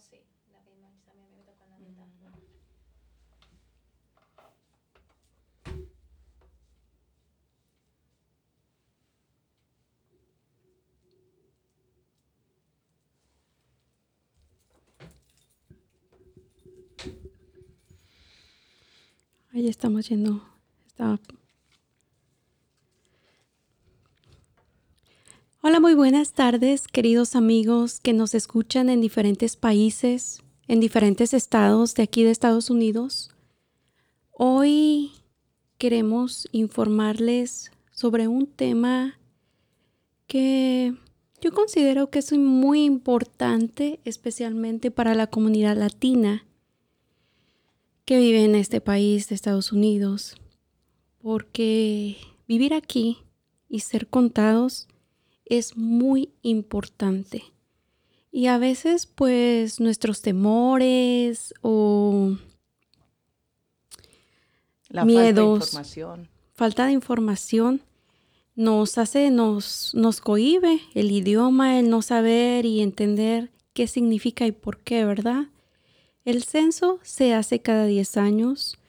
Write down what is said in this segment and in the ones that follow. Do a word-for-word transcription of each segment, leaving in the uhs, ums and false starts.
sí, la misma, también me tocó en la mitad. Ahí estamos yendo. Está... Hola, muy buenas tardes, queridos amigos que nos escuchan en diferentes países, en diferentes estados de aquí de Estados Unidos. Hoy queremos informarles sobre un tema que yo considero que es muy importante, especialmente para la comunidad latina que vive en este país de Estados Unidos, porque vivir aquí y ser contados es muy importante. Y a veces, pues, nuestros temores o la miedos, falta de información. falta de información nos hace, nos, nos cohíbe el idioma, el no saber y entender qué significa y por qué, ¿verdad? El censo se hace cada diez años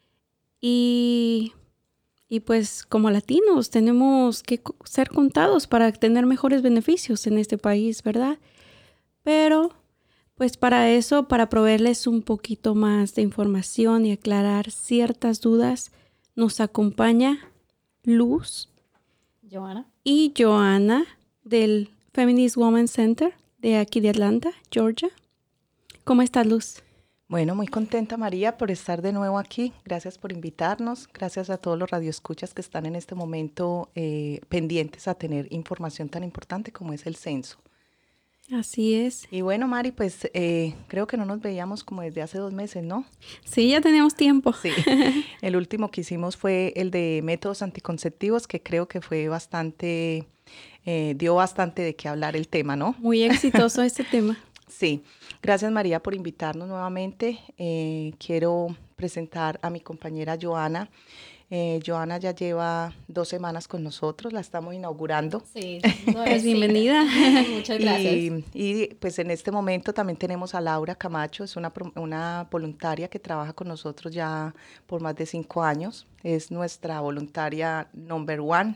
y, y pues como latinos tenemos que ser contados para tener mejores beneficios en este país, ¿verdad? Pero pues para eso, para proveerles un poquito más de información y aclarar ciertas dudas, nos acompaña Luz Joana. y Joana del Feminist Women's Center de aquí de Atlanta, Georgia. ¿Cómo estás, Luz? Bueno, muy contenta, María, por estar de nuevo aquí. Gracias por invitarnos. Gracias a todos los radioescuchas que están en este momento eh, pendientes a tener información tan importante como es el censo. Así es. Y bueno, Mari, pues eh, creo que no nos veíamos como desde hace dos meses, ¿no? Sí, ya teníamos tiempo. Sí, el último que hicimos fue el de métodos anticonceptivos, que creo que fue bastante, eh, dio bastante de qué hablar el tema, ¿no? Muy exitoso este tema. Sí, gracias María por invitarnos nuevamente. Eh, quiero presentar a mi compañera Joana. Eh, Joana ya lleva dos semanas con nosotros, la estamos inaugurando. Sí, Pues bienvenida. Muchas gracias. Y, y pues en este momento también tenemos a Laura Camacho, es una, una voluntaria que trabaja con nosotros ya por más de cinco años. Es nuestra voluntaria number one.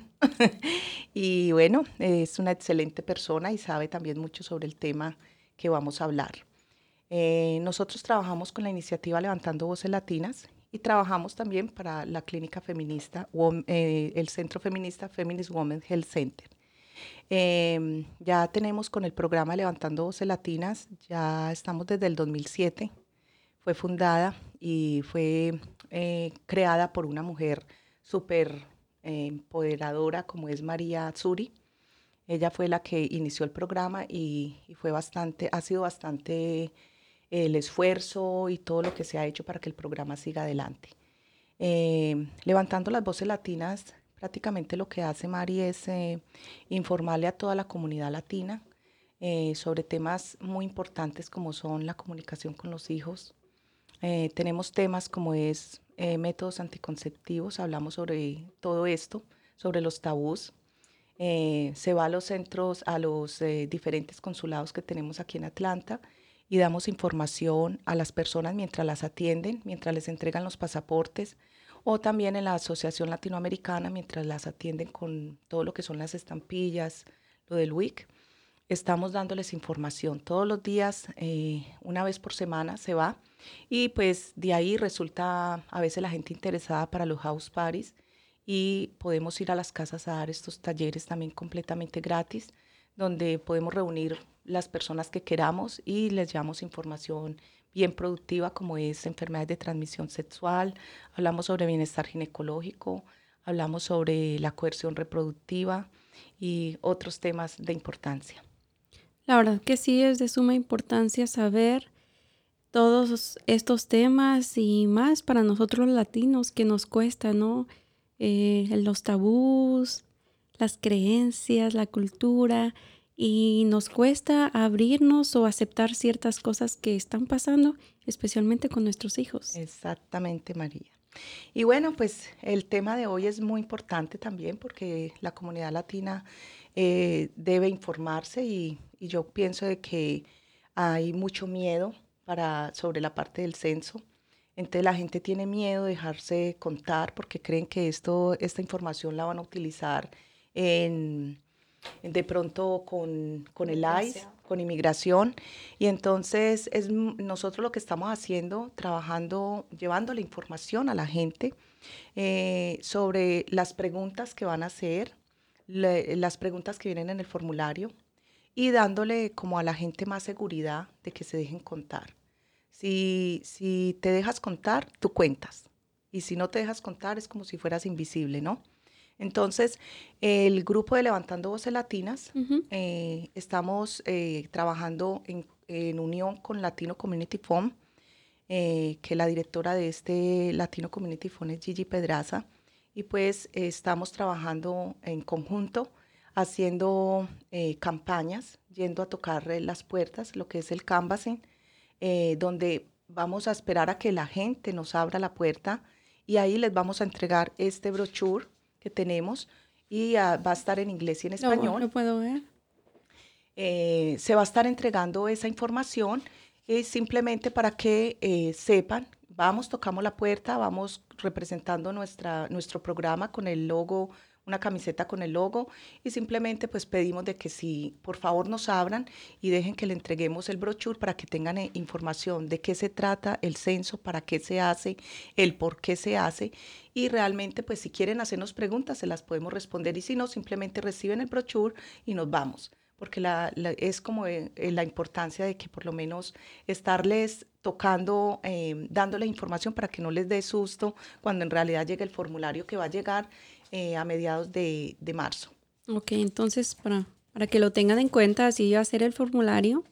Y bueno, es una excelente persona y sabe también mucho sobre el tema que vamos a hablar. Eh, nosotros trabajamos con la iniciativa Levantando Voces Latinas y trabajamos también para la clínica feminista, eh, el centro feminista Feminist Women's Health Center. Eh, ya tenemos con el programa Levantando Voces Latinas, ya estamos desde el dos mil siete, fue fundada y fue eh, creada por una mujer súper eh, empoderadora como es María Zuri. Ella fue la que inició el programa y, y fue bastante, ha sido bastante el esfuerzo y todo lo que se ha hecho para que el programa siga adelante. Eh, levantando las voces latinas, prácticamente lo que hace Mari es eh, informarle a toda la comunidad latina eh, sobre temas muy importantes como son la comunicación con los hijos. Eh, tenemos temas como es eh, métodos anticonceptivos, hablamos sobre todo esto, sobre los tabús. Eh, se va a los centros, a los eh, diferentes consulados que tenemos aquí en Atlanta y damos información a las personas mientras las atienden, mientras les entregan los pasaportes, o también en la Asociación Latinoamericana mientras las atienden con todo lo que son las estampillas, lo del W I C. Estamos dándoles información todos los días, eh, una vez por semana se va y pues de ahí resulta a veces la gente interesada para los house parties y podemos ir a las casas a dar estos talleres también completamente gratis, donde podemos reunir las personas que queramos y les llevamos información bien productiva como es enfermedades de transmisión sexual, hablamos sobre bienestar ginecológico, hablamos sobre la coerción reproductiva y otros temas de importancia. La verdad que sí es de suma importancia saber todos estos temas y más para nosotros los latinos que nos cuesta, ¿no? Eh, los tabús, las creencias, la cultura y nos cuesta abrirnos o aceptar ciertas cosas que están pasando, especialmente con nuestros hijos. Exactamente, María. Y bueno, pues el tema de hoy es muy importante también porque la comunidad latina eh, debe informarse y, y yo pienso de que hay mucho miedo para, sobre la parte del censo. Entonces la gente tiene miedo de dejarse contar porque creen que esto, esta información la van a utilizar en, en de pronto con, con el I C E, con inmigración. Y entonces es, m- nosotros lo que estamos haciendo, trabajando, llevando la información a la gente eh, sobre las preguntas que van a hacer, le- las preguntas que vienen en el formulario y dándole como a la gente más seguridad de que se dejen contar. Si, si te dejas contar, tú cuentas. Y si no te dejas contar, es como si fueras invisible, ¿no? Entonces, el grupo de Levantando Voces Latinas, Ujú. eh, estamos eh, trabajando en, en unión con Latino Community Fund, eh, que la directora de este Latino Community Fund es Gigi Pedraza, y pues eh, estamos trabajando en conjunto, haciendo eh, campañas, yendo a tocar eh, las puertas, lo que es el canvassing, eh, donde vamos a esperar a que la gente nos abra la puerta y ahí les vamos a entregar este brochure que tenemos y ah, va a estar en inglés y en Lo, español. lo puedo ver. Eh, se va a estar entregando esa información y simplemente para que eh, sepan, vamos, tocamos la puerta, vamos representando nuestra, nuestro programa con el logo, una camiseta con el logo y simplemente pues pedimos de que si por favor nos abran y dejen que le entreguemos el brochure para que tengan eh, información de qué se trata el censo, para qué se hace, el por qué se hace y realmente pues si quieren hacernos preguntas se las podemos responder y si no simplemente reciben el brochure y nos vamos porque la, la- es como eh, eh, la importancia de que por lo menos estarles tocando, eh, dándoles información para que no les dé susto cuando en realidad llegue el formulario que va a llegar eh, a mediados de, de marzo. Ok, entonces para, para que lo tengan en cuenta, así va a ser el formulario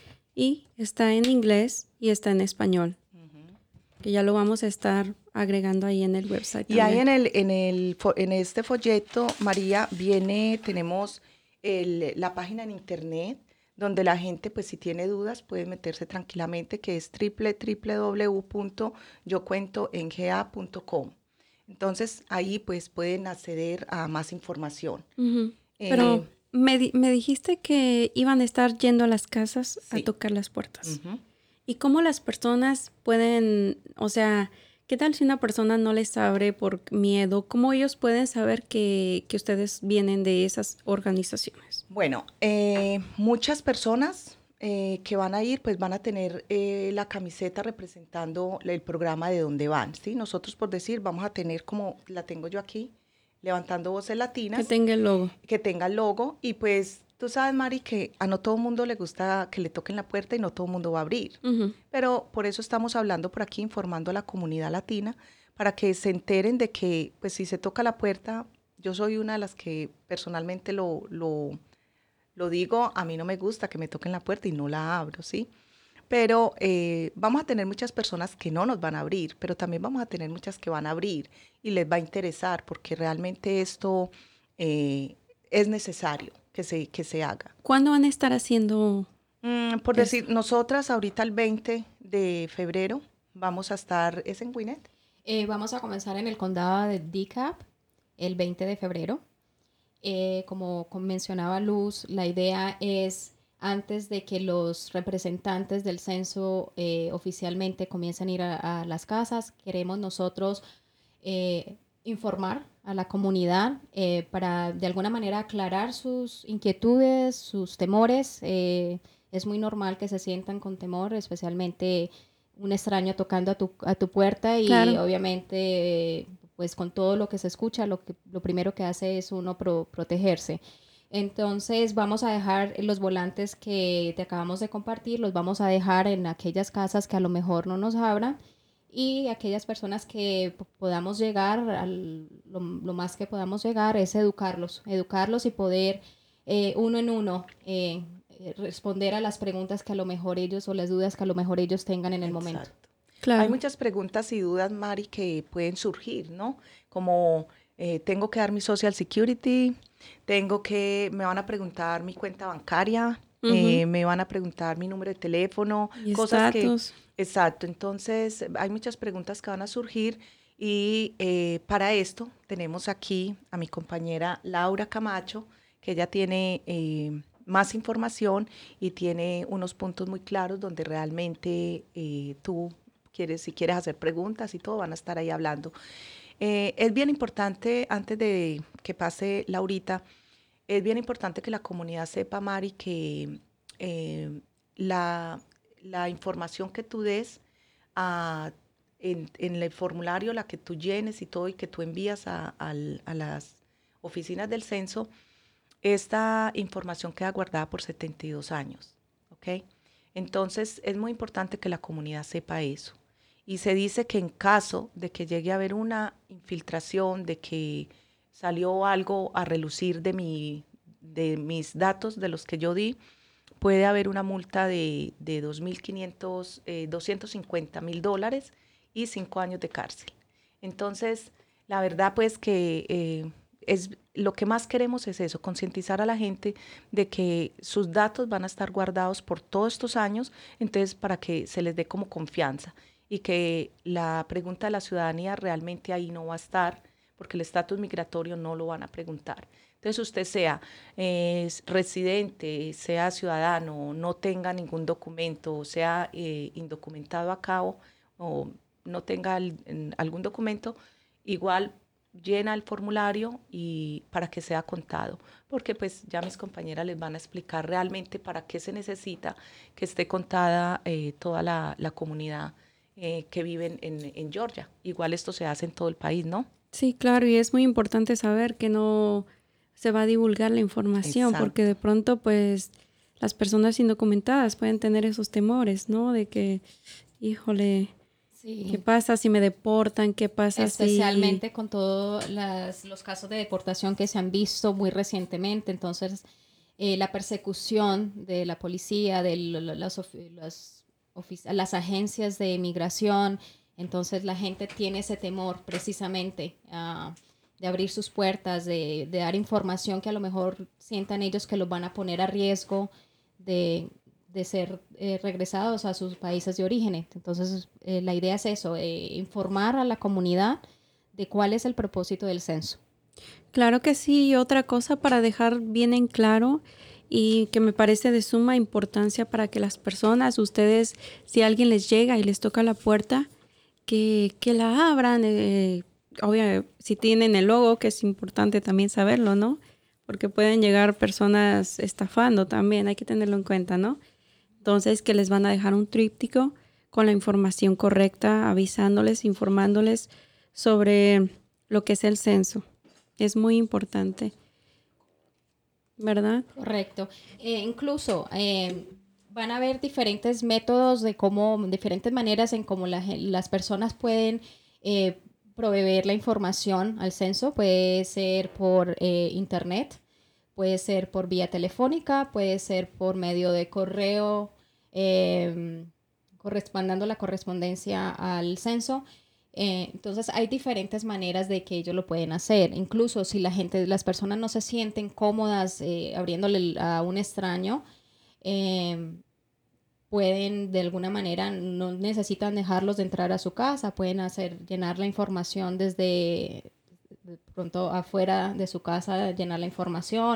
y está en inglés y está en español, que ya lo vamos a estar agregando ahí en el website Y ahí también. en, el, en, el, fo- en este folleto, María, viene, tenemos el- la página en internet donde la gente, pues si tiene dudas, puede meterse tranquilamente, que es doble u doble u doble u punto yo cuento en g a punto com. Entonces, ahí pues pueden acceder a más información. Ujú. Eh, Pero me, di- me dijiste que iban a estar yendo a las casas a sí. tocar las puertas. Ujú. ¿Y cómo las personas pueden, o sea, qué tal si una persona no les abre por miedo? ¿Cómo ellos pueden saber que, que ustedes vienen de esas organizaciones? Bueno, eh, muchas personas eh, que van a ir, pues van a tener eh, la camiseta representando el programa de donde van, ¿sí? Nosotros, por decir, vamos a tener como la tengo yo aquí, Levantando Voces Que Latinas, tenga el logo. que tenga el logo y pues tú sabes, Mari, que a no todo el mundo le gusta que le toquen la puerta y no todo el mundo va a abrir. Ujú. Pero por eso estamos hablando por aquí, informando a la comunidad latina, para que se enteren de que, pues si se toca la puerta, yo soy una de las que personalmente lo, lo lo digo, a mí no me gusta que me toquen la puerta y no la abro, ¿sí? Pero eh, vamos a tener muchas personas que no nos van a abrir, pero también vamos a tener muchas que van a abrir y les va a interesar porque realmente esto eh, es necesario que se, que se haga. ¿Cuándo van a estar haciendo Mm, por esto? decir, nosotras ahorita el veinte de febrero vamos a estar, ¿es en Gwinnett? Eh, vamos a comenzar en el condado de DeKalb el veinte de febrero. Eh, como, como mencionaba Luz, la idea es antes de que los representantes del censo eh, oficialmente comiencen a ir a, a las casas, queremos nosotros eh, informar a la comunidad eh, para de alguna manera aclarar sus inquietudes, sus temores. Eh, es muy normal que se sientan con temor, especialmente un extraño tocando a tu, a tu puerta y Claro. obviamente eh, pues con todo lo que se escucha, lo, que, lo primero que hace es uno pro, protegerse. Entonces vamos a dejar los volantes que te acabamos de compartir, los vamos a dejar en aquellas casas que a lo mejor no nos abran y aquellas personas que p- podamos llegar, al, lo, lo más que podamos llegar es educarlos, educarlos y poder eh, uno en uno eh, eh, responder a las preguntas que a lo mejor ellos o las dudas que a lo mejor ellos tengan en el momento. Exacto. Hay Claro. muchas preguntas y dudas, Mari, que pueden surgir, ¿no? Como, eh, tengo que dar mi Social Security, tengo que, me van a preguntar mi cuenta bancaria, Ujú. eh, me van a preguntar mi número de teléfono, Y cosas que, estatus. exacto, entonces hay muchas preguntas que van a surgir y eh, para esto tenemos aquí a mi compañera Laura Camacho, que ella tiene eh, más información y tiene unos puntos muy claros donde realmente eh, tú quieres, si quieres hacer preguntas y todo, van a estar ahí hablando. Eh, es bien importante, antes de que pase Laurita, es bien importante que la comunidad sepa, Mari, que eh, la, la información que tú des a, en, en el formulario, la que tú llenes y todo y que tú envías a, a, a las oficinas del censo, esta información queda guardada por setenta y dos años, ¿ok? Entonces es muy importante que la comunidad sepa eso. Y se dice que en caso de que llegue a haber una infiltración, de que salió algo a relucir de, mi, de mis datos, de los que yo di, puede haber una multa de, de dos mil quinientos, eh, doscientos cincuenta mil dólares y cinco años de cárcel. Entonces, la verdad pues que eh, es, lo que más queremos es eso, concientizar a la gente de que sus datos van a estar guardados por todos estos años, entonces para que se les dé como confianza y que la pregunta de la ciudadanía realmente ahí no va a estar, porque el estatus migratorio no lo van a preguntar. Entonces usted sea eh, residente, sea ciudadano, no tenga ningún documento, sea eh, indocumentado acá o, o no tenga el, en algún documento, igual llena el formulario y para que sea contado, porque pues ya mis compañeras les van a explicar realmente para qué se necesita que esté contada eh, toda la, la comunidad eh, que vive en, en, en Georgia. Igual esto se hace en todo el país, ¿no? Sí, claro, y es muy importante saber que no se va a divulgar la información, Exacto. porque de pronto, pues, las personas indocumentadas pueden tener esos temores, ¿no? De que, híjole, Sí. ¿qué pasa si me deportan? ¿Qué pasa Especialmente si...? con todos los casos de deportación que se han visto muy recientemente. Entonces, eh, la persecución de la policía, de las, las, las agencias de migración, entonces la gente tiene ese temor precisamente uh, de abrir sus puertas, de, de dar información que a lo mejor sientan ellos que los van a poner a riesgo de, de ser eh, regresados a sus países de origen. Entonces, eh, la idea es eso, eh, informar a la comunidad de cuál es el propósito del censo. Claro que sí, y otra cosa para dejar bien en claro y que me parece de suma importancia para que las personas, ustedes, si alguien les llega y les toca la puerta, que, que la abran, eh, obvio, si tienen el logo, que es importante también saberlo, ¿no? Porque pueden llegar personas estafando también, hay que tenerlo en cuenta, ¿no? Entonces, que les van a dejar un tríptico con la información correcta, avisándoles, informándoles sobre lo que es el censo. Es muy importante, ¿verdad? Correcto. Eh, incluso eh, van a haber diferentes métodos de cómo, diferentes maneras en cómo la, las personas pueden eh, proveer la información al censo. Puede ser por eh, internet, puede ser por vía telefónica, puede ser por medio de correo, eh, correspondiendo la correspondencia al censo. Eh, entonces hay diferentes maneras de que ellos lo pueden hacer. Incluso si la gente, las personas no se sienten cómodas eh, abriéndole a un extraño, eh, pueden de alguna manera, no necesitan dejarlos de entrar a su casa, pueden hacer, llenar la información desde de pronto afuera de su casa, llenar la información,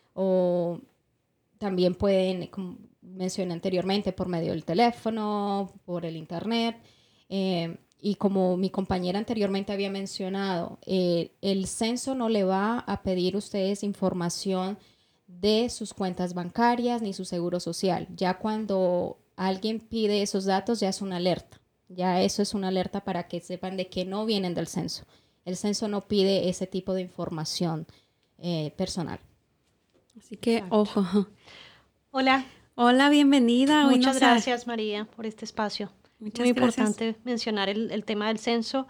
o también pueden, como mencioné anteriormente, por medio del teléfono, por el internet. Eh, y como mi compañera anteriormente había mencionado, eh, el censo no le va a pedir a ustedes información de sus cuentas bancarias ni su seguro social. Ya cuando alguien pide esos datos, ya es una alerta. Ya eso es una alerta para que sepan de que no vienen del censo. El censo no pide ese tipo de información eh, personal. Así que, Exacto. ojo. Hola. Hola, bienvenida. Hoy Muchas nos gracias, María, por este espacio. Muchas Muy gracias. importante mencionar el, el tema del censo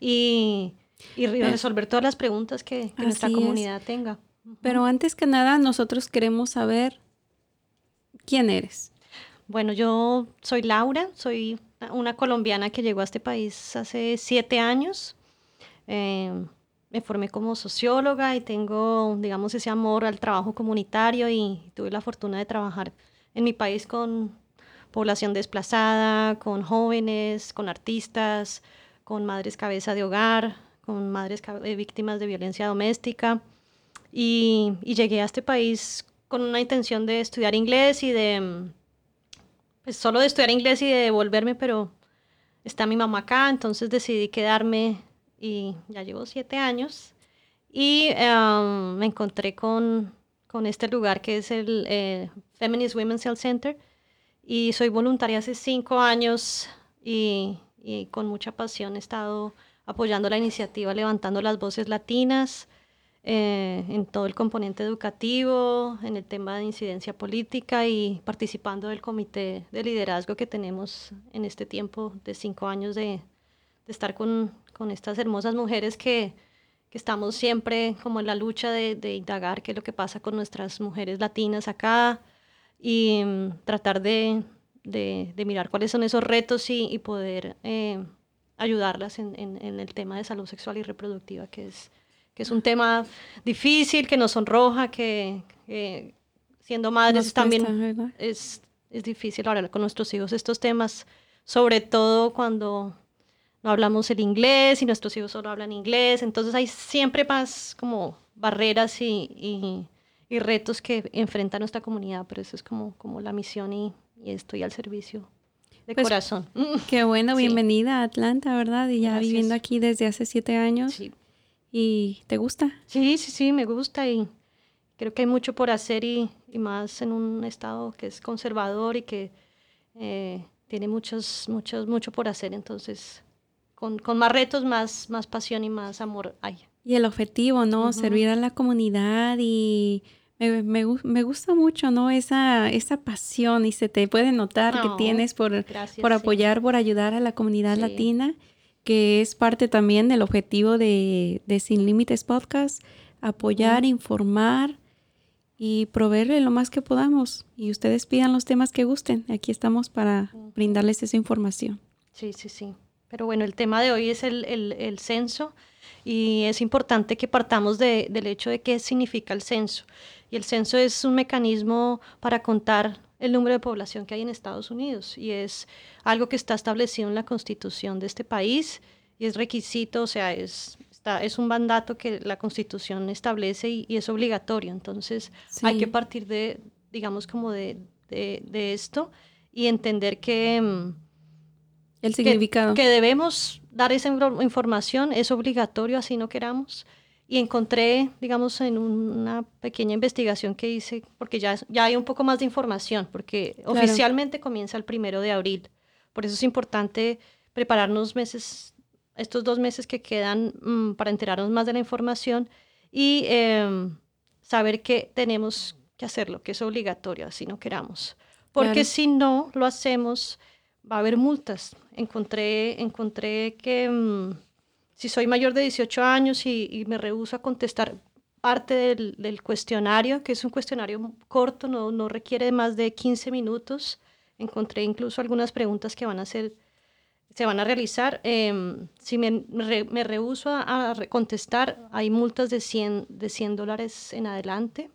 y, y resolver todas las preguntas que, que nuestra comunidad es. tenga. Pero antes que nada, nosotros queremos saber quién eres. Bueno, yo soy Laura, soy una colombiana que llegó a este país hace siete años. Eh, me formé como socióloga y tengo, digamos, ese amor al trabajo comunitario y tuve la fortuna de trabajar en mi país con población desplazada, con jóvenes, con artistas, con madres cabeza de hogar, con madres víctimas de violencia doméstica. Y, y llegué a este país con una intención de estudiar inglés y de, pues solo de estudiar inglés y de devolverme, pero está mi mamá acá, entonces decidí quedarme y ya llevo siete años. Y um, me encontré con, con este lugar que es el eh, Feminist Women's Health Center y soy voluntaria hace cinco años y, y con mucha pasión he estado apoyando la iniciativa, levantando las voces latinas eh, en todo el componente educativo, en el tema de incidencia política y participando del comité de liderazgo que tenemos en este tiempo de cinco años de, de estar con, con estas hermosas mujeres que que estamos siempre como en la lucha de, de indagar qué es lo que pasa con nuestras mujeres latinas acá y um, tratar de, de, de mirar cuáles son esos retos y, y poder eh, ayudarlas en, en, en el tema de salud sexual y reproductiva, que es, que es un tema difícil, que nos sonroja, que, que siendo madres Nos también cuesta, ¿verdad? es, es difícil hablar con nuestros hijos estos temas, sobre todo cuando no hablamos el inglés y nuestros hijos solo hablan inglés, entonces hay siempre más como barreras y, y, y retos que enfrenta nuestra comunidad, pero eso es como, como la misión y, y estoy al servicio de Pues, corazón. Qué bueno, Sí. bienvenida a Atlanta, ¿verdad? Y ya Gracias. viviendo aquí desde hace siete años. Sí. ¿Y te gusta? sí, sí, sí, me gusta y creo que hay mucho por hacer y, y más en un estado que es conservador y que eh, tiene muchos, muchos, mucho por hacer, entonces con, con más retos, más, más pasión y más amor hay. Y el objetivo, ¿no? Ujú. Servir a la comunidad y me, me, gu- me gusta mucho, ¿no? Esa, esa pasión y se te puede notar que No, tienes por, gracias, por sí. apoyar, por ayudar a la comunidad Sí. latina, que es parte también del objetivo de, de Sin Límites Podcast, apoyar, Ujú. informar y proveerle lo más que podamos. Y ustedes pidan los temas que gusten. Aquí estamos para brindarles esa información. Sí, sí, sí. Pero bueno, el tema de hoy es el, el, el censo y es importante que partamos de, del hecho de qué significa el censo. Y el censo es un mecanismo para contar el número de población que hay en Estados Unidos y es algo que está establecido en la Constitución de este país y es requisito, o sea, es, está, es un mandato que la Constitución establece y, y es obligatorio. Entonces hay Sí. que partir de, digamos, como de, de, de esto y entender que... mm, El que, significado. que debemos dar esa infor- información, es obligatorio así no queramos. Y encontré, digamos, en una pequeña investigación que hice, porque ya, ya hay un poco más de información, porque Claro. oficialmente comienza el primero de abril. Por eso es importante prepararnos meses, estos dos meses que quedan mm, para enterarnos más de la información y eh, saber que tenemos que hacerlo, que es obligatorio, así no queramos. Porque Claro. si no lo hacemos, va a haber multas. Encontré, encontré que mmm, si soy mayor de dieciocho años y, y me rehúso a contestar parte del, del cuestionario, que es un cuestionario corto, no, no requiere más de quince minutos, encontré incluso algunas preguntas que van a ser, se van a realizar. Eh, si me, re, me rehúso a, a contestar, hay multas de cien, de cien dólares en adelante.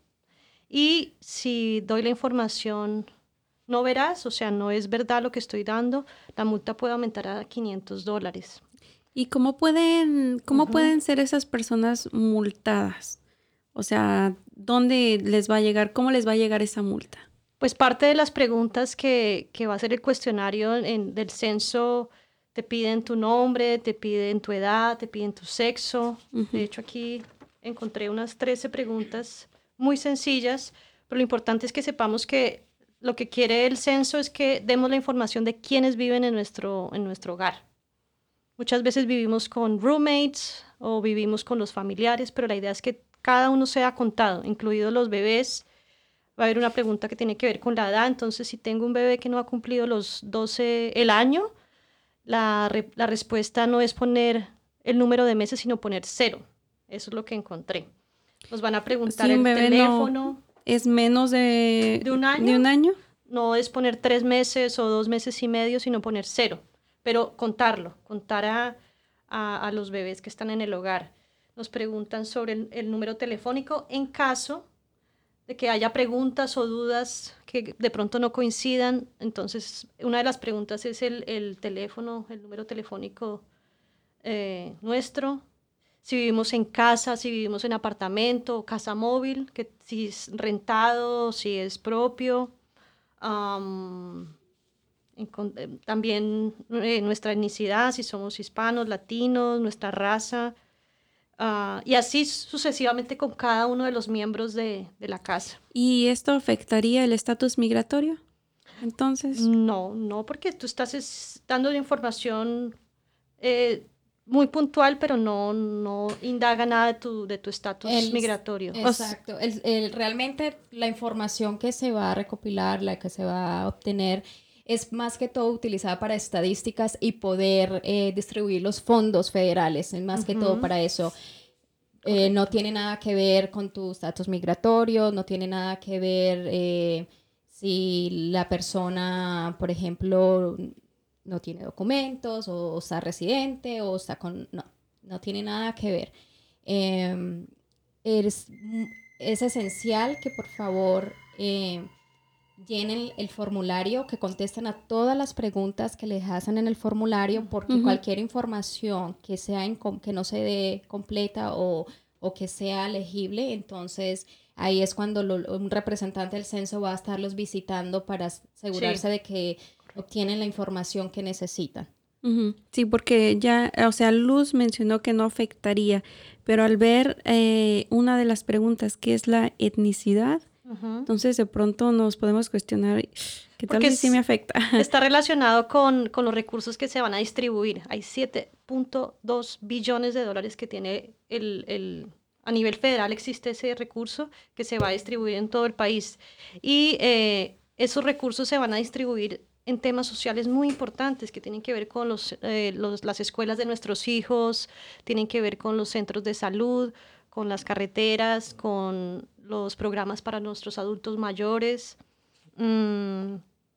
Y si doy la información no veraz, o sea, no es verdad lo que estoy dando, la multa puede aumentar a quinientos dólares. ¿Y cómo pueden, cómo Ujú. pueden ser esas personas multadas? O sea, ¿dónde les va a llegar? ¿Cómo les va a llegar esa multa? Pues parte de las preguntas que, que va a ser el cuestionario en, del censo, te piden tu nombre, te piden tu edad, te piden tu sexo. Ujú. De hecho, aquí encontré unas trece preguntas muy sencillas, pero lo importante es que sepamos que lo que quiere el censo es que demos la información de quiénes viven en nuestro, en nuestro hogar. Muchas veces vivimos con roommates o vivimos con los familiares, pero la idea es que cada uno sea contado, incluidos los bebés. Va a haber una pregunta que tiene que ver con la edad, entonces si tengo un bebé que no ha cumplido los doce el año, la, re, la respuesta no es poner el número de meses, sino poner cero. Eso es lo que encontré. Nos van a preguntar Si un el bebé teléfono. no es menos de, ¿De un año? ¿de un año? No es poner tres meses o dos meses y medio, sino poner cero. Pero contarlo, contar a, a, a los bebés que están en el hogar. Nos preguntan sobre el, el número telefónico en caso de que haya preguntas o dudas que de pronto no coincidan. Entonces, una de las preguntas es el, el teléfono, el número telefónico eh, nuestro. si vivimos en casa, si vivimos en apartamento, casa móvil, que si es rentado, si es propio. Um, en, eh, también eh, nuestra etnicidad, si somos hispanos, latinos, nuestra raza, uh, y así sucesivamente con cada uno de los miembros de, de la casa. ¿Y esto afectaría el estatus migratorio? Entonces. No, no, porque tú estás es, dando información eh, muy puntual, pero no, no indaga nada de tu de tu estatus migratorio. Exacto. El, el, realmente la información que se va a recopilar, la que se va a obtener, es más que todo utilizada para estadísticas y poder eh, distribuir los fondos federales, es más uh-huh. que todo para eso. Eh, no tiene nada que ver con tu estatus migratorio, no tiene nada que ver eh, si la persona, por ejemplo, no tiene documentos o está residente o está con... No, no tiene nada que ver. Eh, es, es esencial que por favor eh, llenen el formulario, que contesten a todas las preguntas que les hacen en el formulario, porque uh-huh. cualquier información que, sea incom- que no se dé completa o, o que sea legible, entonces ahí es cuando lo, un representante del censo va a estarlos visitando para asegurarse sí. de que obtienen la información que necesitan. Uh-huh. Sí, porque ya, o sea, Luz mencionó que no afectaría, pero al ver eh, una de las preguntas, que es la etnicidad, uh-huh. entonces de pronto nos podemos cuestionar, ¿qué tal si sí me afecta? Está relacionado con, con los recursos que se van a distribuir. Hay siete punto dos billones de dólares que tiene el, el... A nivel federal existe ese recurso que se va a distribuir en todo el país. Y eh, esos recursos se van a distribuir en temas sociales muy importantes que tienen que ver con los, eh, los, las escuelas de nuestros hijos, tienen que ver con los centros de salud, con las carreteras, con los programas para nuestros adultos mayores, mmm,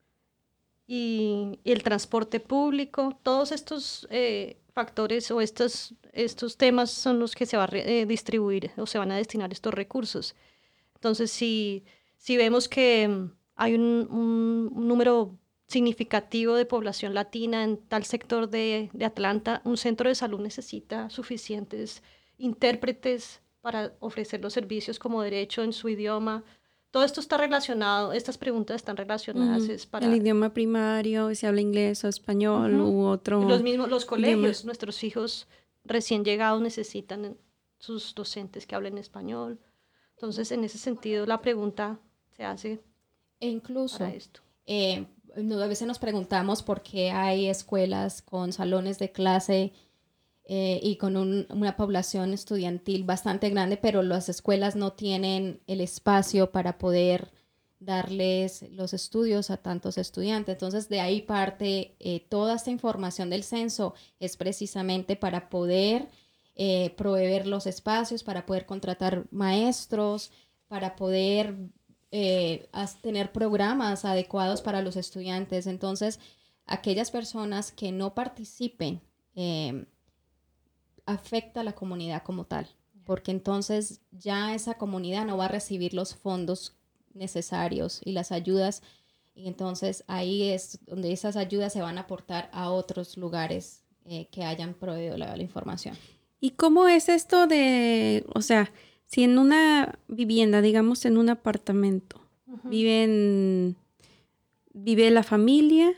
y, y el transporte público. Todos estos eh, factores o estos, estos temas son los que se van a eh, distribuir o se van a destinar estos recursos. Entonces, si, si vemos que hay un, un, un número significativo de población latina en tal sector de, de Atlanta, un centro de salud necesita suficientes intérpretes para ofrecer los servicios como derecho en su idioma. Todo esto está relacionado, estas preguntas están relacionadas. Uh-huh. Es para el idioma primario, si habla inglés o español uh-huh. u otro. Los mismos, los colegios, idioma. Nuestros hijos recién llegados necesitan sus docentes que hablen español. Entonces, en ese sentido, la pregunta se hace e incluso, para esto. Eh, a veces nos preguntamos por qué hay escuelas con salones de clase eh, y con un, una población estudiantil bastante grande, pero las escuelas no tienen el espacio para poder darles los estudios a tantos estudiantes. Entonces, de ahí parte eh, toda esta información del censo es precisamente para poder eh, proveer los espacios, para poder contratar maestros, para poder eh, tener programas adecuados para los estudiantes. Entonces, aquellas personas que no participen eh, afecta a la comunidad como tal, porque entonces ya esa comunidad no va a recibir los fondos necesarios y las ayudas, y entonces ahí es donde esas ayudas se van a aportar a otros lugares eh, que hayan proveído la, la información. ¿Y cómo es esto de, o sea, si en una vivienda, digamos en un apartamento, uh-huh. viven, vive la familia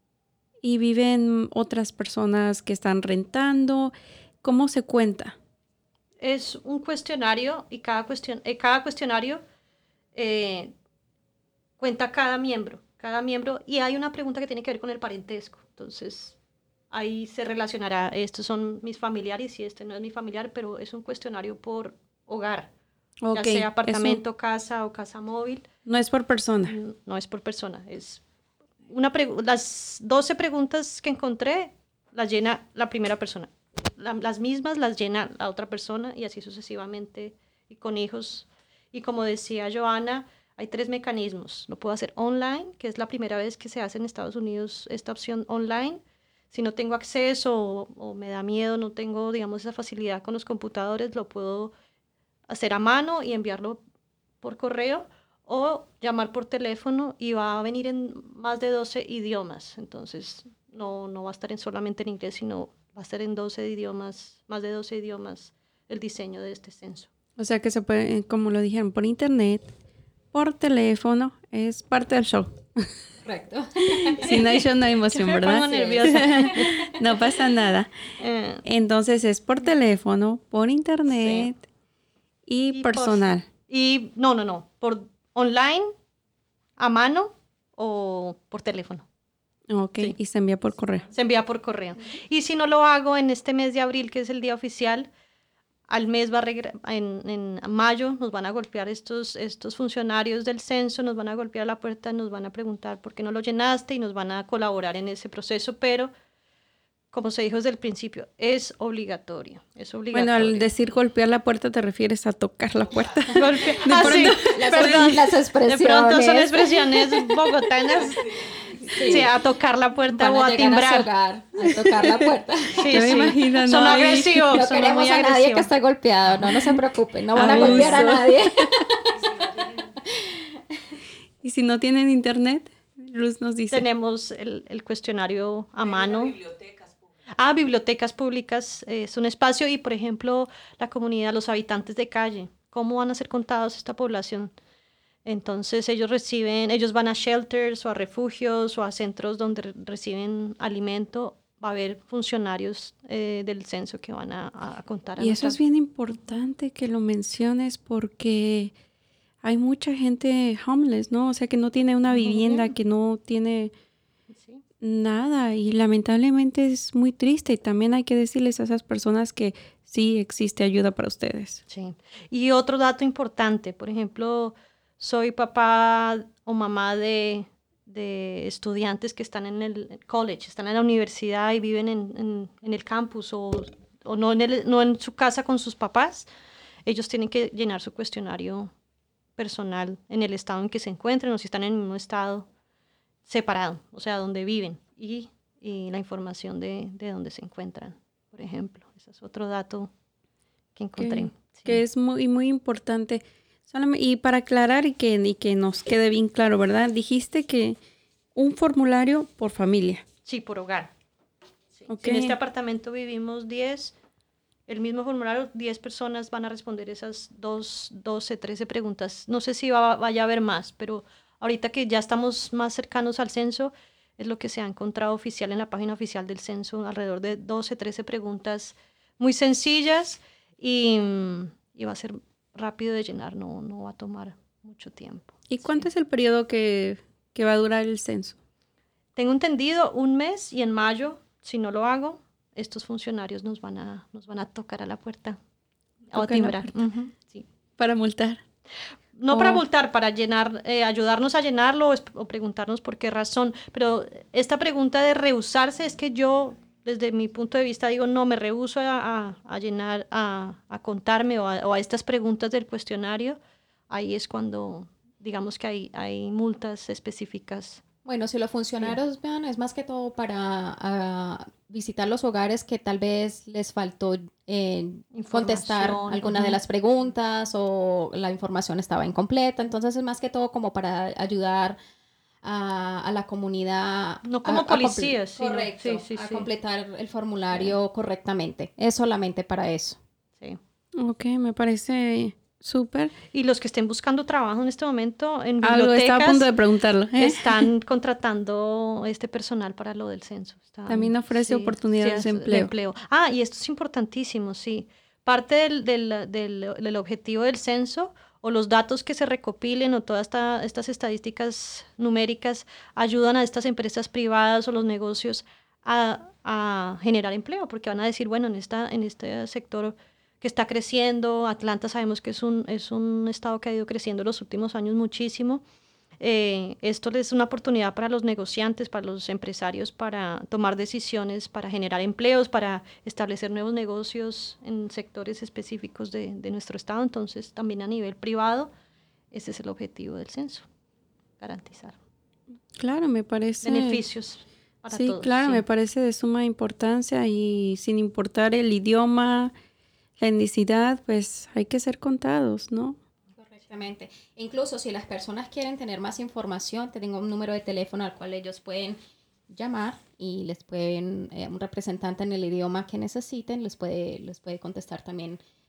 y viven otras personas que están rentando, ¿cómo se cuenta? Es un cuestionario y cada, cuestion, eh, cada cuestionario eh, cuenta cada miembro, cada miembro, y hay una pregunta que tiene que ver con el parentesco. Entonces, ahí se relacionará, estos son mis familiares y este no es mi familiar, pero es un cuestionario por hogar, okay. ya sea apartamento, Eso... casa o casa móvil. No es por persona. No, no es por persona, es una pregu- las doce preguntas que encontré las llena la primera persona. La, las mismas las llena la otra persona y así sucesivamente, y con hijos. Y como decía Joana, hay tres mecanismos. Lo puedo hacer online, que es la primera vez que se hace en Estados Unidos esta opción online. Si no tengo acceso o, o me da miedo, no tengo, digamos, esa facilidad con los computadores, lo puedo hacer a mano y enviarlo por correo o llamar por teléfono, y va a venir en más de doce idiomas. Entonces, no, no va a estar en solamente en inglés, sino va a estar en doce idiomas, más de doce idiomas el diseño de este censo. O sea que se puede, como lo dijeron, por internet, por teléfono, es parte del show. Correcto. Si no hay show, no hay emoción, Me ¿verdad? pongo nerviosa. No pasa nada. Eh, Entonces es por teléfono, por internet y, Y por- personal. y no, no, no, por online, a mano o por teléfono. Ok, Sí. y se envía por correo. Se envía por correo. Y si no lo hago en este mes de abril, que es el día oficial, al mes va a regre- en, en mayo nos van a golpear estos, estos funcionarios del censo, nos van a golpear la puerta, nos van a preguntar por qué no lo llenaste y nos van a colaborar en ese proceso, pero como se dijo desde el principio, es obligatorio, es Bueno, obligatorio. al decir golpear la puerta te refieres a tocar la puerta. Golpe- ah, sí, Las, perdón. las De expresiones. pronto son expresiones bogotanas. Sí, a tocar la puerta Van o a a llegar a su timbrar. hogar, a tocar la puerta. Sí, Yo me sí. imagino, Son ¿no? Ahí- agresivos, No son queremos muy a nadie que agresivos. esté golpeado, no, no se preocupen, no van a Abuso. golpear a nadie. Y si no tienen internet, Luz nos dice. Tenemos el, el cuestionario a mano. Ah, bibliotecas públicas eh, es un espacio y, por ejemplo, la comunidad, los habitantes de calle, ¿cómo van a ser contados esta población? Entonces ellos reciben, ellos van a shelters o a refugios o a centros donde re- reciben alimento. Va a haber funcionarios eh, del censo que van a, a contar. A Y eso nuestra- es bien importante que lo menciones porque hay mucha gente homeless, ¿no? O sea, que no tiene una vivienda, que no tiene Sí. nada y lamentablemente es muy triste y también hay que decirles a esas personas que sí existe ayuda para ustedes. Sí. Y otro dato importante, por ejemplo, soy papá o mamá de, de estudiantes que están en el college, están en la universidad y viven en, en- en el campus o, o no, en el- no en su casa con sus papás. Ellos tienen que llenar su cuestionario personal en el estado en que se encuentren o si están en el mismo estado separado, o sea, donde viven y, y la información de, de dónde se encuentran, por ejemplo. Ese es otro dato que encontré. Que, Sí. que es muy, muy importante. Solamente, y para aclarar y que, y que nos quede bien claro, ¿verdad? Dijiste que un formulario por familia. Sí, por hogar. Sí. Ok. Si en este apartamento vivimos diez, el mismo formulario, diez personas van a responder esas dos, doce, trece preguntas. No sé si va- vaya a haber más, pero ahorita que ya estamos más cercanos al censo, es lo que se ha encontrado oficial en la página oficial del censo, alrededor de doce, trece preguntas muy sencillas y, mm, y va a ser rápido de llenar, no, no va a tomar mucho tiempo. ¿Y cuánto Sí. es el periodo que, que va a durar el censo? Tengo entendido un mes y en mayo, si no lo hago, estos funcionarios nos van a, nos van a tocar a la puerta o a Tocan la timbrar. Ujú, sí. Para multar. No para Oh. multar, para llenar, eh, ayudarnos a llenarlo o, es- o preguntarnos por qué razón. Pero esta pregunta de rehusarse es que yo, desde mi punto de vista, digo, no, me rehúso a, a- a llenar, a, a contarme o a, o a estas preguntas del cuestionario. Ahí es cuando, digamos que hay, hay multas específicas. Bueno, si los funcionarios vean, es más que todo para ah, visitar los hogares que tal vez les faltó eh, contestar Información, alguna de ujú. las preguntas o la información estaba incompleta. Entonces es más que todo como para ayudar a, a la comunidad. No a- como a comple- policías, sino- Correcto, sí, sí, a sí. completar el formulario correctamente. Es solamente para eso. Sí. Ok, me parece súper. Y los que estén buscando trabajo en este momento en Algo bibliotecas estaba a punto de preguntarlo. ¿eh? están contratando este personal para lo del censo. Están- También ofrece oportunidades de es- empleo. Ah, y esto es importantísimo, sí. Parte del, del- del- del objetivo del censo o los datos que se recopilen o todas esta- estas estadísticas numéricas ayudan a estas empresas privadas o los negocios a, a generar empleo, porque van a decir, bueno, en, esta, en este sector que está creciendo, Atlanta sabemos que es un, es un estado que ha ido creciendo los últimos años muchísimo. Eh, esto es una oportunidad para los negociantes, para los empresarios, para tomar decisiones, para generar empleos, para establecer nuevos negocios en sectores específicos de, de nuestro estado. Entonces, también a nivel privado, ese es el objetivo del censo, garantizar Claro, me parece. beneficios para Sí, todos. claro, sí. me parece de suma importancia y sin importar el idioma, la etnicidad, pues hay que ser contados, ¿no? Correctamente. Incluso si las personas quieren tener más información, te tengo un número de teléfono al cual ellos pueden llamar y les pueden, eh, un representante en el idioma que necesiten, les puede, les puede contestar también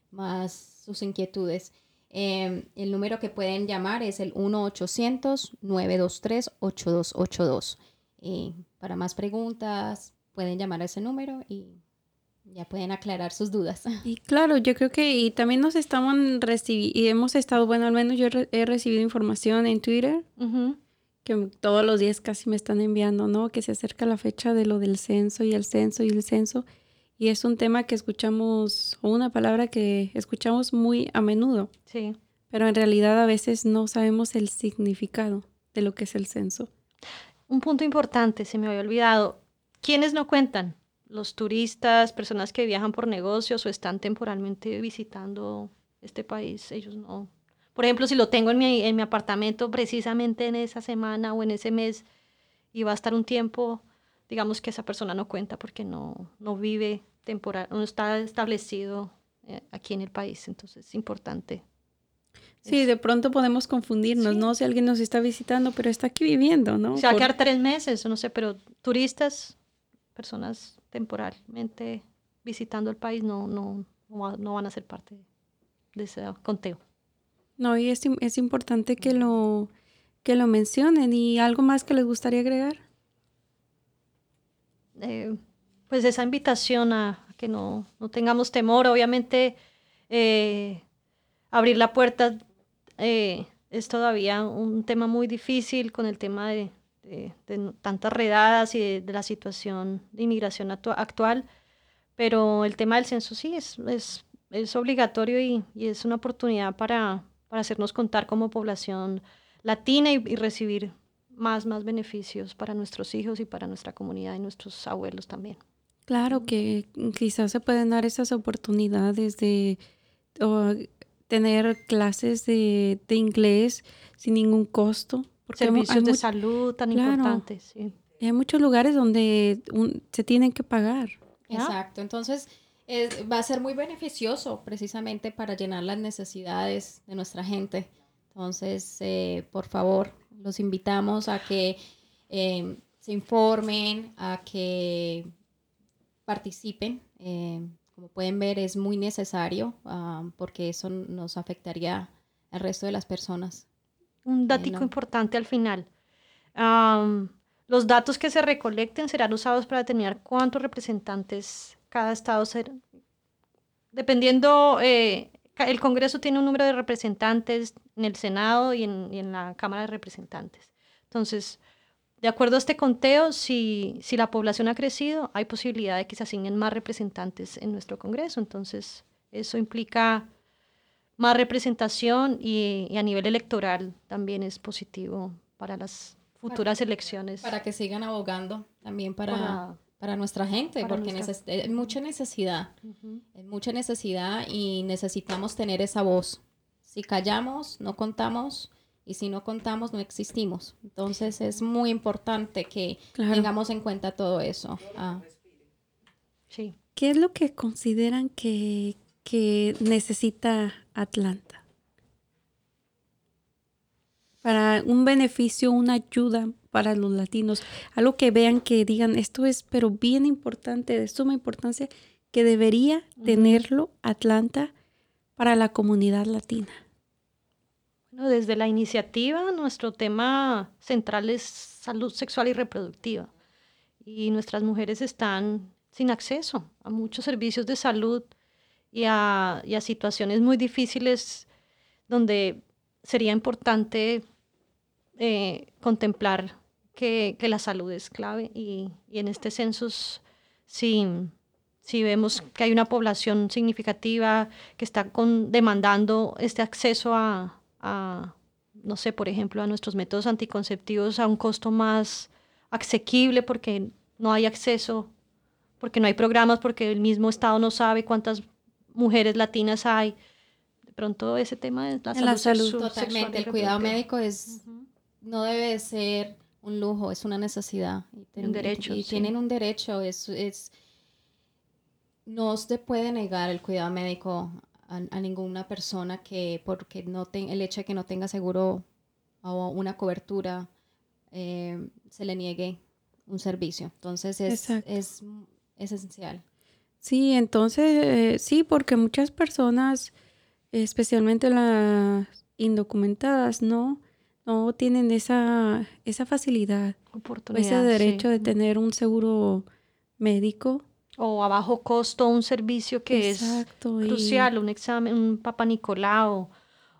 más sus inquietudes. Eh, el número que pueden llamar es el uno ochocientos, nueve dos tres, ocho dos ocho dos. Eh, para más preguntas pueden llamar a ese número y ya pueden aclarar sus dudas. Y claro, yo creo que y también nos estaban recibiendo, y hemos estado, bueno, al menos yo re- he recibido información en Twitter, Ujú. que todos los días casi me están enviando, ¿no? Que se acerca la fecha de lo del censo y el censo y el censo. Y es un tema que escuchamos, o una palabra que escuchamos muy a menudo, Sí. pero en realidad a veces no sabemos el significado de lo que es el censo. Un punto importante, se me había olvidado. ¿Quiénes no cuentan? Los turistas, personas que viajan por negocios o están temporalmente visitando este país, ellos no. Por ejemplo, si lo tengo en mi, en mi apartamento precisamente en esa semana o en ese mes y va a estar un tiempo, digamos que esa persona no cuenta porque no, no vive temporal, no está establecido eh, aquí en el país. Entonces es importante. Sí, Es- de pronto podemos confundirnos, sí. ¿no? Si alguien nos está visitando, pero está aquí viviendo, ¿no? Se va a Por- quedar tres meses, no sé, pero turistas, personas temporalmente visitando el país no, no, no, va- no van a ser parte de ese conteo. No, y es, im- es importante que lo, que lo mencionen. ¿Y algo más que les gustaría agregar? Eh, pues esa invitación a, a que no, no tengamos temor, obviamente eh, abrir la puerta eh, es todavía un tema muy difícil con el tema de, de- de no- tantas redadas y de, de la situación de inmigración actua- actual, pero el tema del censo sí es, es, es obligatorio y, y es una oportunidad para, para hacernos contar como población latina y, y recibir más, más beneficios para nuestros hijos y para nuestra comunidad y nuestros abuelos también. Claro que quizás se pueden dar esas oportunidades de o, tener clases de, de inglés sin ningún costo, porque hay, mu- hay Servicios de mu- salud tan claro, importantes, sí. hay muchos lugares donde un- se tienen que pagar. ¿Ya? Exacto, entonces es- va a ser muy beneficioso precisamente para llenar las necesidades de nuestra gente. Entonces, eh, por favor, los invitamos a que eh, se informen, a que participen. Eh, como pueden ver, es muy necesario ah, porque eso nos afectaría al resto de las personas. Un Eh, datico no. importante al final. Am, los datos que se recolecten serán usados para determinar cuántos representantes cada estado será. Dependiendo, eh, ca- el Congreso tiene un número de representantes en el Senado y en, y en la Cámara de Representantes. Entonces, de acuerdo a este conteo, si, si la población ha crecido, hay posibilidad de que se asignen más representantes en nuestro Congreso. Entonces, eso implica más representación y, y a nivel electoral también es positivo para las futuras elecciones. Para que sigan abogando también para, Para- para nuestra gente, para porque nuestra- neces- hay mucha necesidad, Ujú. hay mucha necesidad y necesitamos tener esa voz. Si callamos, no contamos, y si no contamos, no existimos. Entonces es muy importante que Claro. tengamos en cuenta todo eso. Ah, Sí. ¿Qué es lo que consideran que, que necesita Atlanta? Para un beneficio, una ayuda para los latinos. Algo que vean que digan, esto es pero bien importante, de suma importancia, que debería Ujú. tenerlo Atlanta para la comunidad latina. Bueno, desde la iniciativa, nuestro tema central es salud sexual y reproductiva. Y nuestras mujeres están sin acceso a muchos servicios de salud y a, y a situaciones muy difíciles donde sería importante eh, contemplar que, que la salud es clave y, y en este census, si, si vemos que hay una población significativa que está con, demandando este acceso a, a, no sé, por ejemplo, a nuestros métodos anticonceptivos a un costo más asequible porque no hay acceso, porque no hay programas, porque el mismo Estado no sabe cuántas mujeres latinas hay. De pronto ese tema de la En salud, la salud. sexu- sexual totalmente, y el cuidado reproductiva. médico es, Ujú. no debe de ser un lujo, es una necesidad. Y, Y ten- un derecho, y sí. tienen un derecho, es, es, no se puede negar el cuidado médico a, a ninguna persona que porque no ten, el hecho de que no tenga seguro o una cobertura eh, se le niegue un servicio. Entonces es, Exacto. es, es esencial. Sí, entonces, eh, sí, porque muchas personas, especialmente las indocumentadas, no, no tienen esa, esa facilidad o ese Oportunidad, derecho sí. de tener un seguro médico. O a bajo costo un servicio que es Exacto, y, crucial, un examen, un Papa Nicolau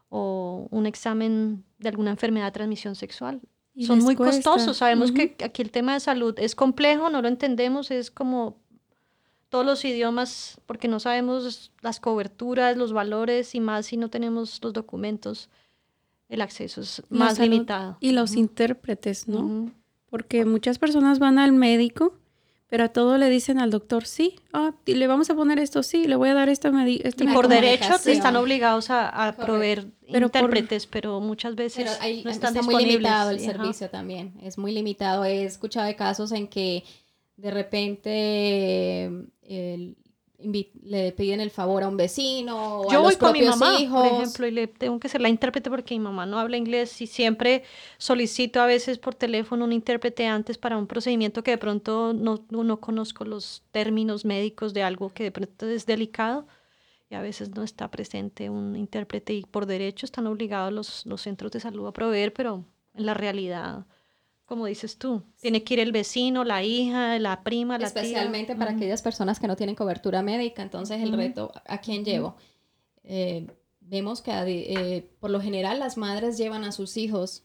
o un examen de alguna enfermedad de transmisión sexual. y Son les muy costosos. cuesta. Sabemos Ujú. que aquí el tema de salud es complejo, no lo entendemos, es como todos los idiomas, porque no sabemos las coberturas, los valores y más si no tenemos los documentos, el acceso es La más salud limitado. y los Ujú, intérpretes, ¿no? ujú. Porque muchas personas van al médico, pero a todo le dicen al doctor, sí, ah, y le vamos a poner esto, sí, le voy a dar esta medi- este Y La por medicamento. derecho comunicación. están obligados a, a Correcto. proveer Pero por- intérpretes, pero muchas Pero veces ahí no están está muy disponibles. limitado el Sí, ajá. servicio también, es muy limitado. He escuchado de casos en que de repente eh, el- invi- le piden el favor a un vecino o a Yo voy los con mi propios mamá, por hijos. ejemplo, y le tengo que ser la intérprete porque mi mamá no habla inglés y siempre solicito a veces por teléfono un intérprete antes para un procedimiento que de pronto no, no, no conozco los términos médicos de algo que de pronto es delicado y a veces no está presente un intérprete y por derecho están obligados los, los centros de salud a proveer, pero en la realidad, como dices tú, tiene que ir el vecino, la hija, la prima, la tía. Especialmente para Ujú, aquellas personas que no tienen cobertura médica. Entonces el ujú, reto, ¿a quién ujú. llevo? Eh, vemos que eh, por lo general las madres llevan a sus hijos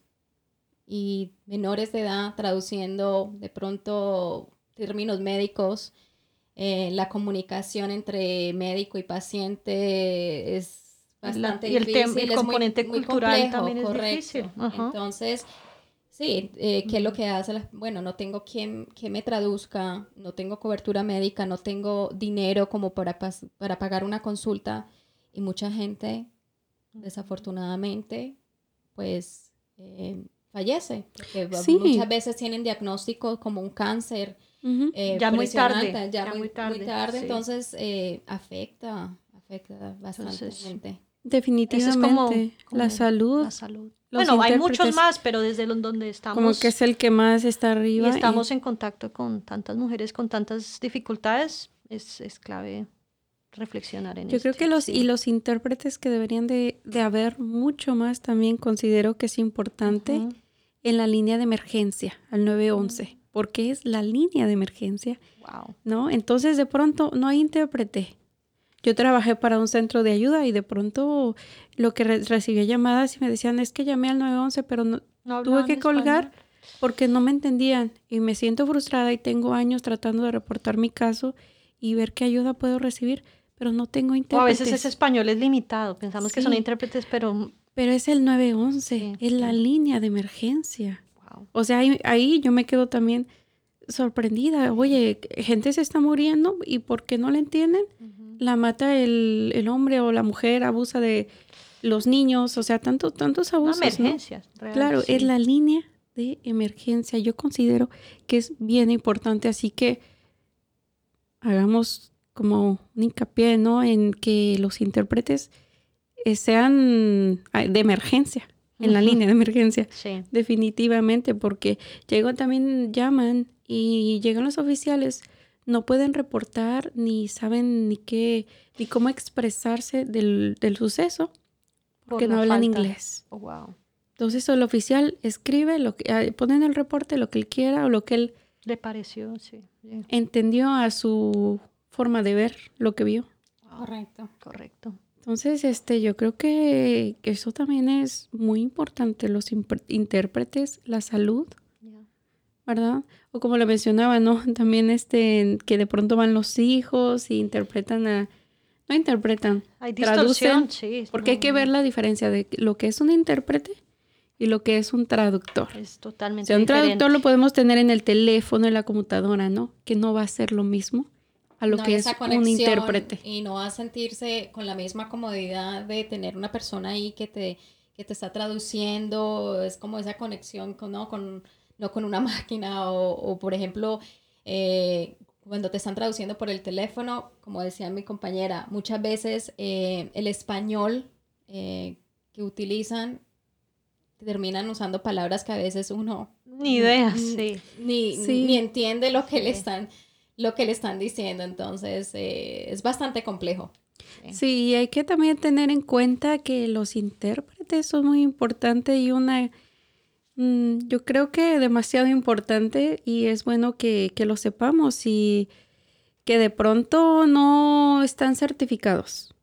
y menores de edad traduciendo de pronto términos médicos. Eh, la comunicación entre médico y paciente es Y la- bastante y el, tem- difícil, el es muy, componente muy cultural complejo, también es correcto. difícil. Ajá. Entonces, sí, eh, ¿qué es lo Ujú. que hace? la- Bueno, no tengo quien, quien me traduzca, no tengo cobertura médica, no tengo dinero como para, pas- para pagar una consulta y mucha gente, desafortunadamente, pues eh, fallece, porque va- muchas Sí, veces tienen diagnósticos como un cáncer, ujú, eh, Ya muy presión tarde, alta, ya, ya muy, muy muy tarde, tarde, sí. entonces eh, afecta, afecta bastante Entonces, gente. ese es como, definitivamente. La como salud, la salud. los Bueno, hay muchos intérpretes, más, pero desde los donde como que estamos es el que más está y arriba. Y estamos en contacto con tantas mujeres con tantas dificultades, es, es clave reflexionar en yo creo esto. que los, y Sí. los intérpretes que deberían de, de haber mucho más también considero que es importante Ujú. en la línea de emergencia, al nueve once, porque es la línea de emergencia, Wow. ¿no? Entonces de pronto no hay intérprete. Yo trabajé para un centro de ayuda y de pronto lo que re- recibía llamadas y me decían, es que llamé al nueve once, pero no, No tuve hablaban que colgar español. porque no me entendían y me siento frustrada y tengo años tratando de reportar mi caso y ver qué ayuda puedo recibir, pero no tengo O a intérpretes. veces ese español es limitado. Pensamos que son Sí, intérpretes, pero pero es el nueve once, sí, es la sí. línea de emergencia. Wow. O sea, ahí, ahí yo me quedo también sorprendida. Oye, gente se está muriendo y ¿por qué no la entienden? Ujú. La mata el, el hombre o la mujer, abusa de los niños, o sea, tanto, tantos Una abusos, ¿no? emergencia real, Claro, es sí. la línea de emergencia. Yo considero que es bien importante, así que hagamos como un hincapié, ¿no? En que los intérpretes eh, sean ah, de emergencia, en la Ujú. línea de emergencia, Sí. definitivamente, porque llegan también, llaman y llegan los oficiales, no pueden reportar ni saben ni qué, ni cómo expresarse del, del suceso, porque Por no la hablan falta. inglés. Oh, wow. Entonces el oficial escribe, lo que, ah, pone en el reporte lo que él quiera o lo que él Le pareció, sí. Sí. entendió a su forma de ver lo que vio. Wow. Correcto. Correcto. Entonces, este, yo creo que, que eso también es muy importante, los imp- intérpretes, la salud, Ya. ¿verdad? O como le mencionaba, ¿no? También este, que de pronto van los hijos y interpretan a, no interpretan, Hay traducen, distorsión, sí. porque hay no, que ver la diferencia de lo que es un intérprete y lo que es un traductor. Es O totalmente sea, un diferente. traductor lo podemos tener en el teléfono, en la computadora, ¿no? Que no va a ser lo mismo a lo No que hay es esa un conexión intérprete. y no va a sentirse con la misma comodidad de tener una persona ahí que te, que te está traduciendo. Es como esa conexión con, ¿no? Con, no con una máquina o, o por ejemplo, eh, cuando te están traduciendo por el teléfono, como decía mi compañera, muchas veces eh, el español eh, que utilizan terminan usando palabras que a veces uno Ni idea, n- sí. ni, Sí. ni entiende lo que le Sí. están lo que le están diciendo. Entonces, eh, es bastante complejo. Sí, y hay que también tener en cuenta que los intérpretes son muy importantes y una, mm, yo creo que demasiado importante y es bueno que, que lo sepamos y que de pronto no están certificados.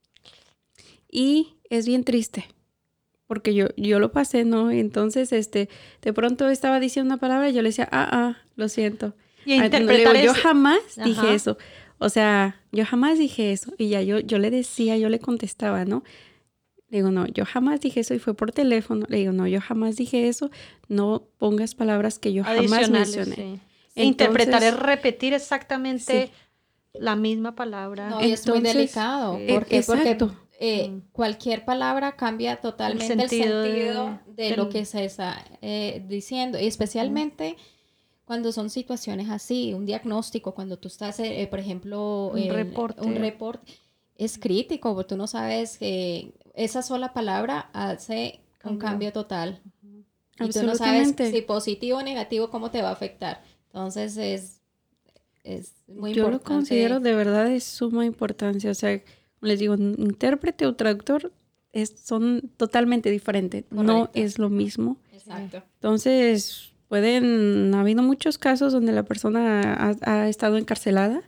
Y es bien triste, porque yo, yo lo pasé, ¿no? Entonces, este, de pronto estaba diciendo una palabra y yo le decía, ah, ah, lo siento. Y Ah, no, interpretar le digo, yo es- jamás Ajá. dije eso. O sea, yo jamás dije eso. Y ya yo, yo le decía, yo le contestaba, ¿no? Le digo, no, yo jamás dije eso y fue por teléfono. Le digo, no, yo jamás dije eso. No pongas palabras que yo jamás adicionales, mencioné. sí. E interpretar es repetir exactamente Sí. la misma palabra. No, y es muy Entonces, delicado. sí. ¿Por qué? exacto. Porque eh, Mm. cualquier palabra cambia totalmente el sentido sentido, de- de, del- lo que se está eh, diciendo. Y especialmente cuando son situaciones así, un diagnóstico, cuando tú estás, eh, eh, por ejemplo, Un en reporte. un reporte, es crítico, porque tú no sabes que esa sola palabra hace un Cambio. cambio total. Y tú no sabes Absolutamente. si positivo o negativo, cómo te va a afectar. Entonces, es, es muy Yo lo importante. considero de verdad de suma importancia. O sea, como les digo, un intérprete o traductor es, son totalmente diferentes. No Correcto. es lo mismo. Exacto. Entonces, pueden, ha habido muchos casos donde la persona ha, ha estado encarcelada,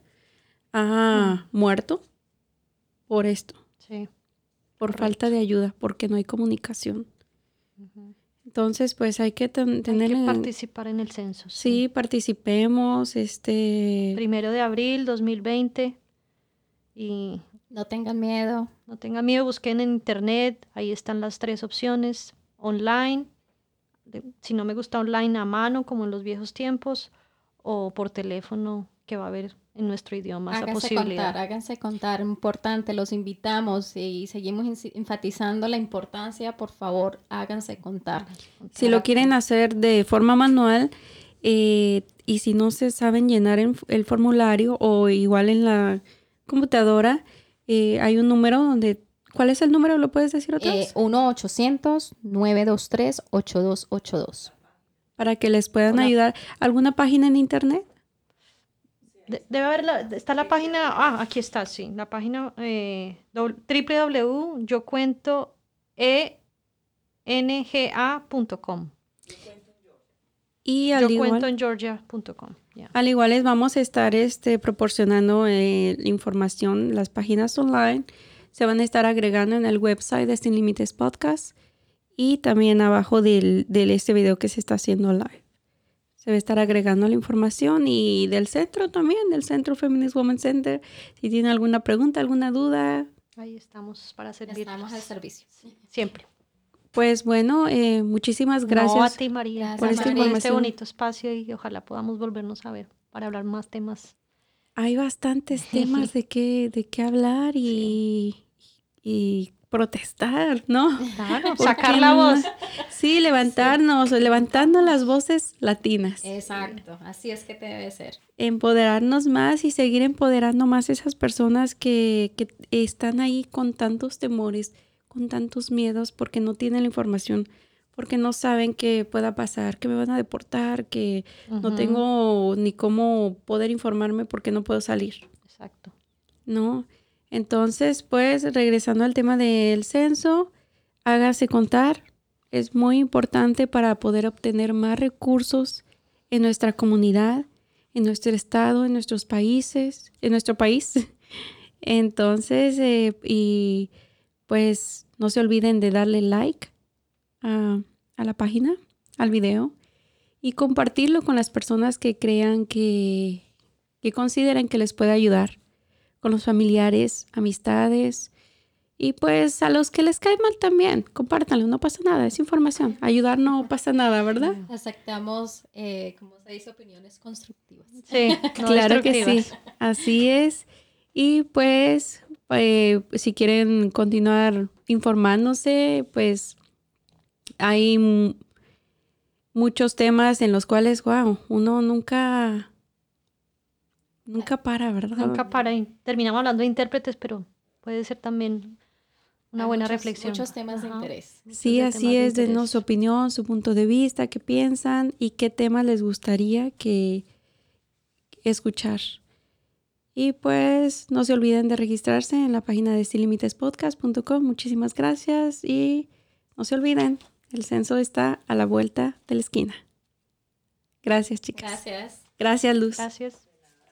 ha muerto por esto, Sí. por Correcto. falta de ayuda, porque no hay comunicación. Ujú. Entonces, pues hay que ten- tener... Hay que en- participar en el censo. sí, participemos, este... Primero de abril dos mil veinte. Y No tengan miedo. no tengan miedo, busquen en internet. Ahí están las tres opciones. Online, de- si no me gusta online, a mano, como en los viejos tiempos, o por teléfono, que va a haber en nuestro idioma esa Háganse posibilidad. contar, háganse contar. Importante, los invitamos y seguimos ensi- enfatizando la importancia. Por favor, háganse contar. Si lo quieren hacer de forma manual eh, y si no se saben llenar en- el formulario o igual en la computadora, eh, hay un número donde... ¿Cuál es el número? ¿Lo puedes decir otra Eh, vez? uno ochocientos, nueve dos tres, ocho dos ocho dos. Para que les puedan Hola. ayudar. ¿Alguna página en internet? De- debe haber, la, está la página, ah, aquí está, sí, la página eh, doble- w w w punto yo cuento e n g a punto com. Y al Yo igual... cuento en georgia punto com. ya. Al igual les vamos a estar este, proporcionando eh, información, las páginas online se van a estar agregando en el website de Sin Límites Podcast y también abajo del, del este video que se está haciendo live. Se va a estar agregando la información y del centro también, del Centro Feminist Women Center. Si tienen alguna pregunta, alguna duda, Ahí estamos para servir. Estamos al servicio. Siempre. pues bueno, eh, muchísimas gracias. No, a ti, María, Gracias, por esta por este información. bonito espacio y ojalá podamos volvernos a ver para hablar más temas. Hay bastantes temas de qué, de qué hablar y, y protestar, ¿no? Claro, ¿Por sacar qué la no? voz. Sí, levantarnos, levantando las voces latinas, Exacto, así es que debe ser. empoderarnos más y seguir empoderando más a esas personas que, que están ahí con tantos temores, con tantos miedos, porque no tienen la información, porque no saben qué pueda pasar, que me van a deportar, que no Ujú, tengo ni cómo poder informarme porque no puedo salir. Exacto. ¿No? Entonces, pues, regresando al tema del censo, hágase contar. Es muy importante para poder obtener más recursos en nuestra comunidad, en nuestro estado, en nuestros países, en nuestro país. Entonces, eh, y pues, no se olviden de darle like a, a la página, al video, y compartirlo con las personas que crean que, que consideren que les puede ayudar, con los familiares, amistades y pues a los que les cae mal también, compártanlo, no pasa nada, es información, ayudar no pasa nada, ¿verdad? Aceptamos, eh, como se dice, opiniones constructivas. Sí, no Claro que sí, destructivas. así es. Y pues eh, si quieren continuar informándose, pues hay m- muchos temas en los cuales, wow, uno nunca, nunca para, ¿verdad? Nunca para. y Terminamos hablando de intérpretes, pero puede ser también una Hay buena muchos- reflexión. Muchos temas de Ajá. interés. Muchos Sí, de así temas de es, denos interés. su opinión, su punto de vista, qué piensan y qué temas les gustaría que escuchar. Y pues no se olviden de registrarse en la página de sin límites podcast punto com. Muchísimas gracias y no se olviden, el censo está a la vuelta de la esquina. Gracias, chicas. Gracias. Gracias, Luz. Gracias.